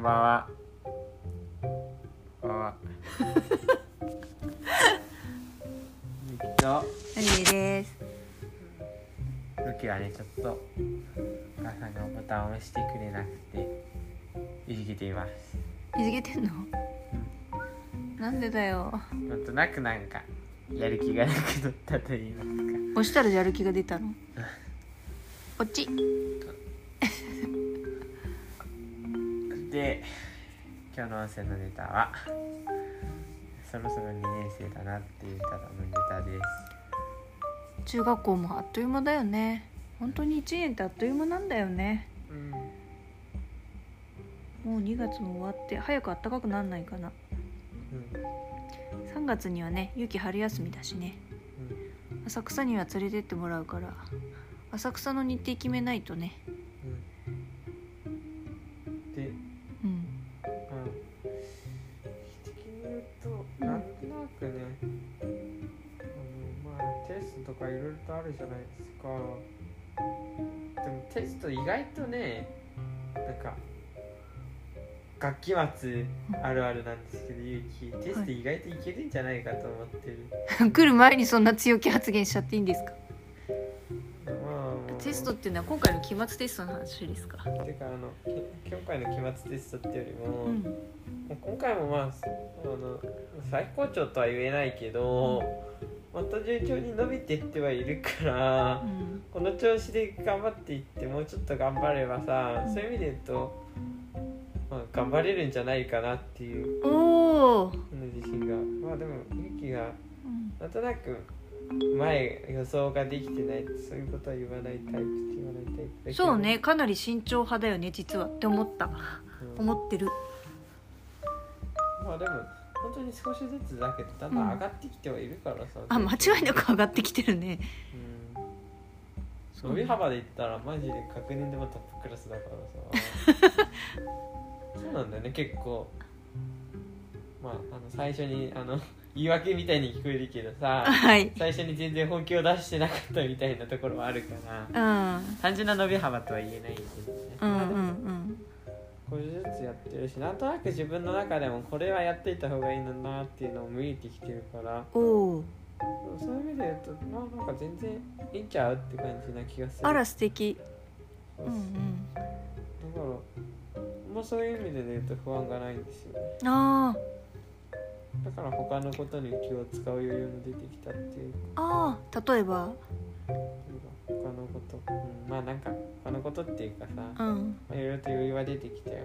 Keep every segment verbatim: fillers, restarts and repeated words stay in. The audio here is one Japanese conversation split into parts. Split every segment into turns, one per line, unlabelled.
ばんは。こんばんは。ゆきと
のりです。
ゆきはね、ちょっとお母さんがボタンを押してくれなくていじけています。
いじけてんの？なんでだよ。
なんとなくなんかやる気がなくなったと言いますか。
押したらやる気が出たの？こっち。
で、今日の音声のネタはそろそろにねん生だなっていうただのネタです。
中学校もあっという間だよね。本当にいちねんってあっという間なんだよね。うん、もうにがつも終わって早く暖かくなんないかな。うん、さんがつにはね、ゆき春休みだしね、うん、浅草には連れてってもらうから浅草の日程決めないとね。
うん、で、うん、まあ的に言うとなんとなくね、あのまあテストとかいろいろとあるじゃないですか。でもテスト意外とね、なんか学期末あるあるなんですけど、ゆうきテスト意外といけるんじゃないかと思ってる、
はい、来る前にそんな強気発言しちゃっていいんですか？
まあ、
テストっていうのは今回の期末テストの話ですか？
てかあの今回の期末テストってよりも、うん、もう今回もまああの最高潮とは言えないけど、うん、また順調に伸びていってはいるから、うん、この調子で頑張っていってもうちょっと頑張ればさ、うん、そういう意味で言うと、まあ、頑張れるんじゃないかなっていう
お
自信が。まあでもゆきがなんとなく前予想ができてないってそういうことは言わないタイプって言わないタイプだけど、
そうね、かなり慎重派だよね実はって思った、うん、思ってる。
まあでも本当に少しずつだけどだんだん上がってきてはいるからさ、うん、
あ、間違いなく上がってきてるね、
うん、伸び幅で言ったらマジで学年でもトップクラスだからさそうなんだよね。結構まあ、あの最初にあの言い訳みたいに聞こえるけどさ、はい、最初に全然本気を出してなかったみたいなところはあるから、うん、単純な伸び幅とは言えないけどね、うんうんうん、少しずつやってるし、なんとなく自分の中でもこれはやっていた方がいいのなっていうのも見えてきてるから、おそういう意味で言うと、まあ、なんか全然いいんちゃうって感じな気がする。
あら素敵。
そうそう、うんうん、だからまあそういう意味で言うと不安がないんですよね。ああ、だから他のことに気を使う余裕も出てきたっていうか。あ
あ、例えば
他のこと、うん、まあなんか他のことっていうかさ、うん、まあ、いろいろと余裕は出てきたよね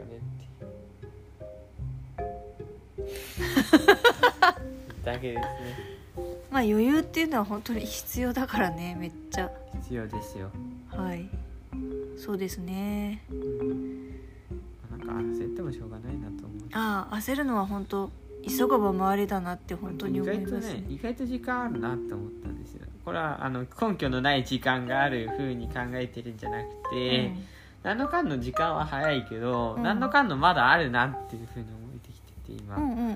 っていうだけですね。
まあ余裕っていうのは本当に必要だからね、めっちゃ
必要ですよ。
はい、そうですね、うん、
なんか焦ってもしょうがないなと思う。
ああ、焦るのは本当急がば回れだなって本当に思います、ね、
意外とね、意外と時間あるなって思ったんですよ。これはあの根拠のない時間がある風に考えてるんじゃなくて、うん、何のかんの時間は早いけど、うん、何のかんのまだあるなっていう風に思えてきてて今、うんうんうん、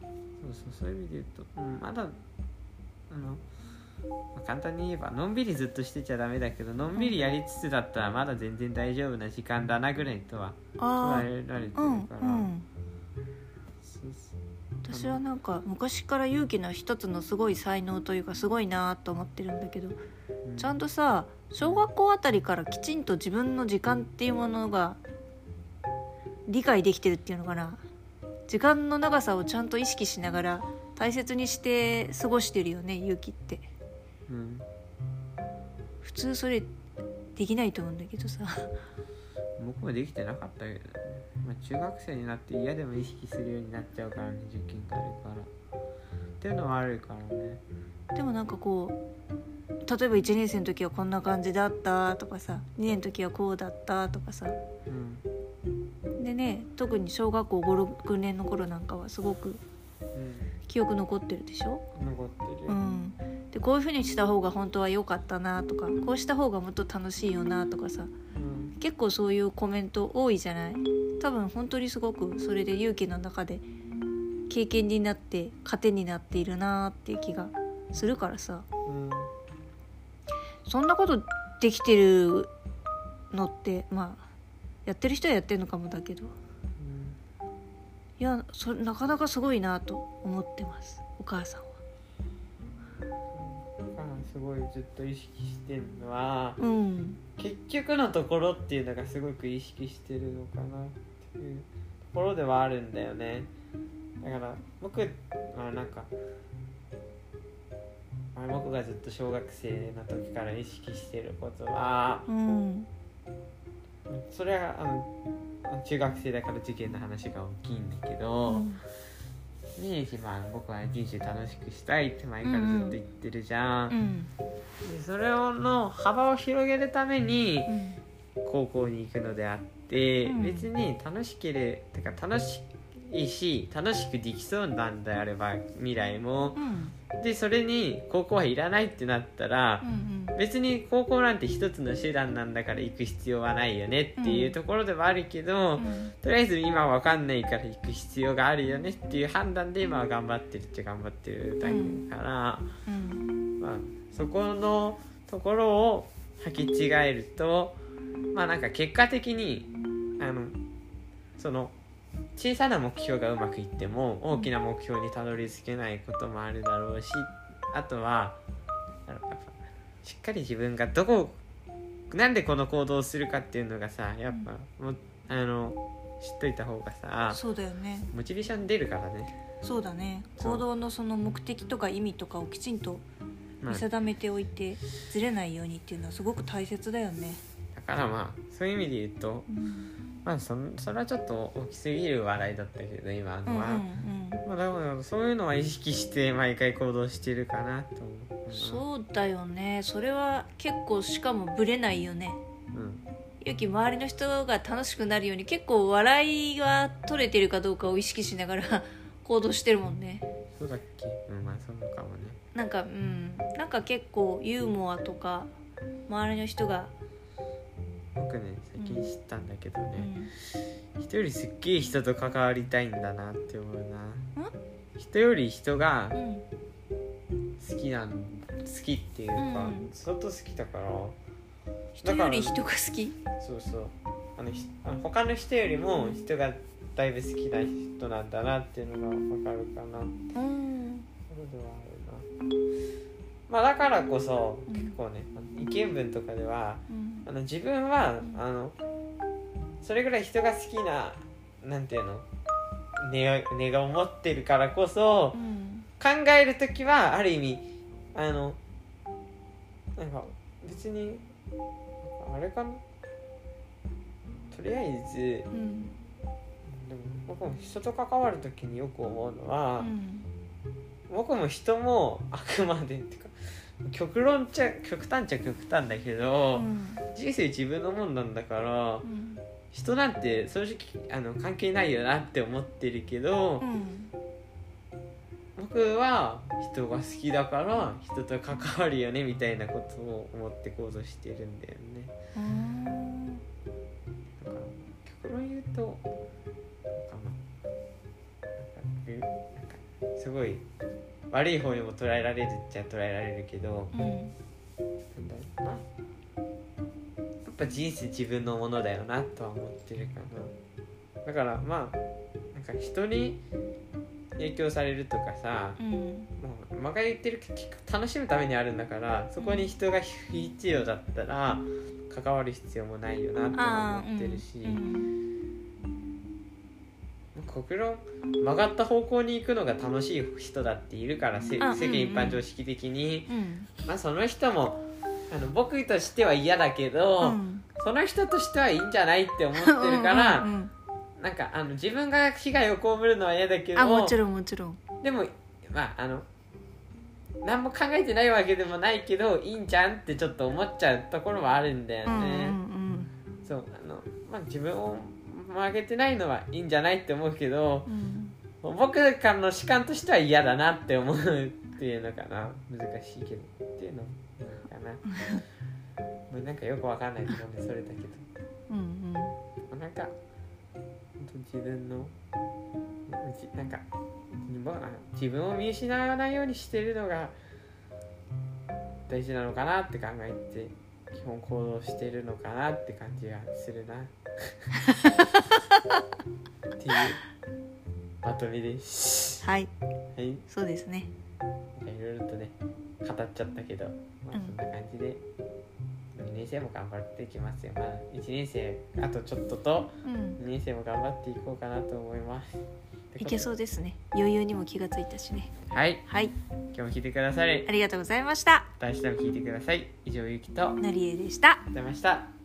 そうそう、そういう意味で言うと、うん、まだあの簡単に言えばのんびりずっとしてちゃダメだけど、のんびりやりつつだったらまだ全然大丈夫な時間だなぐらいとは捉えられてるから、うんうん、そうそう、
私はなんか昔から勇気の一つのすごい才能というかすごいなと思ってるんだけど、うん、ちゃんとさ小学校あたりからきちんと自分の時間っていうものが理解できてるっていうのかな。時間の長さをちゃんと意識しながら大切にして過ごしてるよね、勇気って、うん、普通それできないと思うんだけどさ
僕もできてなかったけどね、まあ、中学生になって嫌でも意識するようになっちゃうからね、受験があるからっていうのはあるからね。
でもなんかこう例えばいちねん生の時はこんな感じだったとかさ、にねんの時はこうだったとかさ、うん、でね、特に小学校ご、ろくねんの頃なんかはすごく記憶残ってるでしょ。
残ってる、
うん、でこういう風にした方が本当は良かったなとか、こうした方がもっと楽しいよなとかさ、うん、結構そういうコメント多いじゃない。多分本当にすごくそれで勇気の中で経験になって糧になっているなっていう気がするからさ、うん、そんなことできてるのってまあやってる人はやってるのかもだけど、うん、 いやそれなかなかすごいなと思ってますお母さんは。
すごいずっと意識してるのは、
うん、
結局のところっていうのがすごく意識してるのかなっていうところではあるんだよね。だから僕はなんか、まあ、僕がずっと小学生の時から意識してることは、
うん、
それはあの中学生だから受験の話が大きいんだけど、
うん
にまあ、僕は人生楽しくしたいって前からずっと言ってるじゃん、
うん、
でそれをの幅を広げるために
うん、
高校に行くのであって、
うん、
別に楽しけれてか楽しいし楽しくできそうなんであれば未来も、
うん、
でそれに高校はいらないってなったら、
うんうん、
別に高校なんて一つの手段なんだから行く必要はないよねっていうところではあるけど、
うん、
とりあえず今は分かんないから行く必要があるよねっていう判断で今は頑張ってるっちゃ頑張ってるだけだから、
うん、
まあ、そこのところを履き違えると、まあなんか結果的にあのその小さな目標がうまくいっても大きな目標にたどり着けないこともあるだろうし、あとはやっぱしっかり自分がどこなんでこの行動をするかっていうのがさ、やっぱもあの知っといた方がさ、
そうだよね、
モチベーション出るからね。
そうだね、行動のその目的とか意味とかをきちんと見定めておいて、まあ、ずれないようにっていうのはすごく大切だよね。
だからまあそういう意味で言うと、うん、まあ そ, それはちょっと大きすぎる笑いだったけど今のは、うんうんうん、まあ、だからそういうのは意識して毎回行動してるかなと思う。
そうだよね、それは結構しかもブレないよね。うん、ゆき周りの人が楽しくなるように結構笑いが取れてるかどうかを意識しながら行動してるもんね。
そうだっけ、うん、まあそうかもね。
なんかうんなんか結構ユーモアとか周りの人が、
僕ね最近知ったんだけどね、うん、人よりすっげえ人と関わりたいんだなって思うな。ん人より人が好きなん、好きっていうか、うん、相当好きだから。
人より人が好き？
そうそう、あのあの他の人よりも人がだいぶ好きな人なんだなっていうのが分かるかな。うん。それではあるな。まあだからこそ、うん、結構ね意見文とかでは、うん、あの自分はあのそれぐらい人が好きななんていうの根根が思ってるからこそ、うん、考えるときはある意味あのなんか別にあれかな、とりあえず、うん、でも僕も人と関わるときによく思うのは、うん、僕も人もあくまでってか極論っちゃ極端っちゃ極端だけど、うん、人生自分のもんなんだから、うん、人なんて正直あの関係ないよなって思ってるけど、うん、僕は人が好きだから人と関わるよねみたいなことを思って行動してるんだよね。うん、だから極論言うとなんかなんかなんかすごい悪い方にも捉えられるっちゃ捉えられるけど、うん、なんだろうな、やっぱ人生自分のものだよなとは思ってるかな。だからまあなんか人に影響されるとかさ、うん、もう馬が言ってる結局楽しむためにあるんだから、そこに人が必要だったら関わる必要もないよなって思ってるし、うんうん、国論曲がった方向に行くのが楽しい人だっているから、世間一般常識的に、うんうん、まあその人もあの僕としては嫌だけど、うん、その人としてはいいんじゃないって思ってるからうんうん、うん、なんかあの自分が被害を被るのは嫌だけど、
あもちろんもちろん、
でもまああの何も考えてないわけでもないけどいいんじゃんってちょっと思っちゃうところはあるんだよね、うんうんうん、そうあの、まあ、自分を曲げてないのはいいんじゃないって思うけど、うん、僕からの主観としては嫌だなって思うっていうのかな、難しいけどっていうのかなもうなんかよくわかんないと思うんでそれだけど、うんうん、なんか自分のなんか自分を見失わないようにしてるのが大事なのかなって考えて基本行動してるのかなって感じがするなっていうまとめです。
はい、
はい、
そうですね。
いろいろとね語っちゃったけど、まあ、そんな感じで、うん、にねん生も頑張っていきますよ。まあいちねん生あとちょっとと、うん、にねん生も頑張っていこうかなと思います。
いけそうですね。余裕にも気がついたしね。
はい、
はい、
今日も聞いてくださり
ありがとうございました。
明日も聞いてください。以上、ゆきと
のりえでした。
ありがとうございました。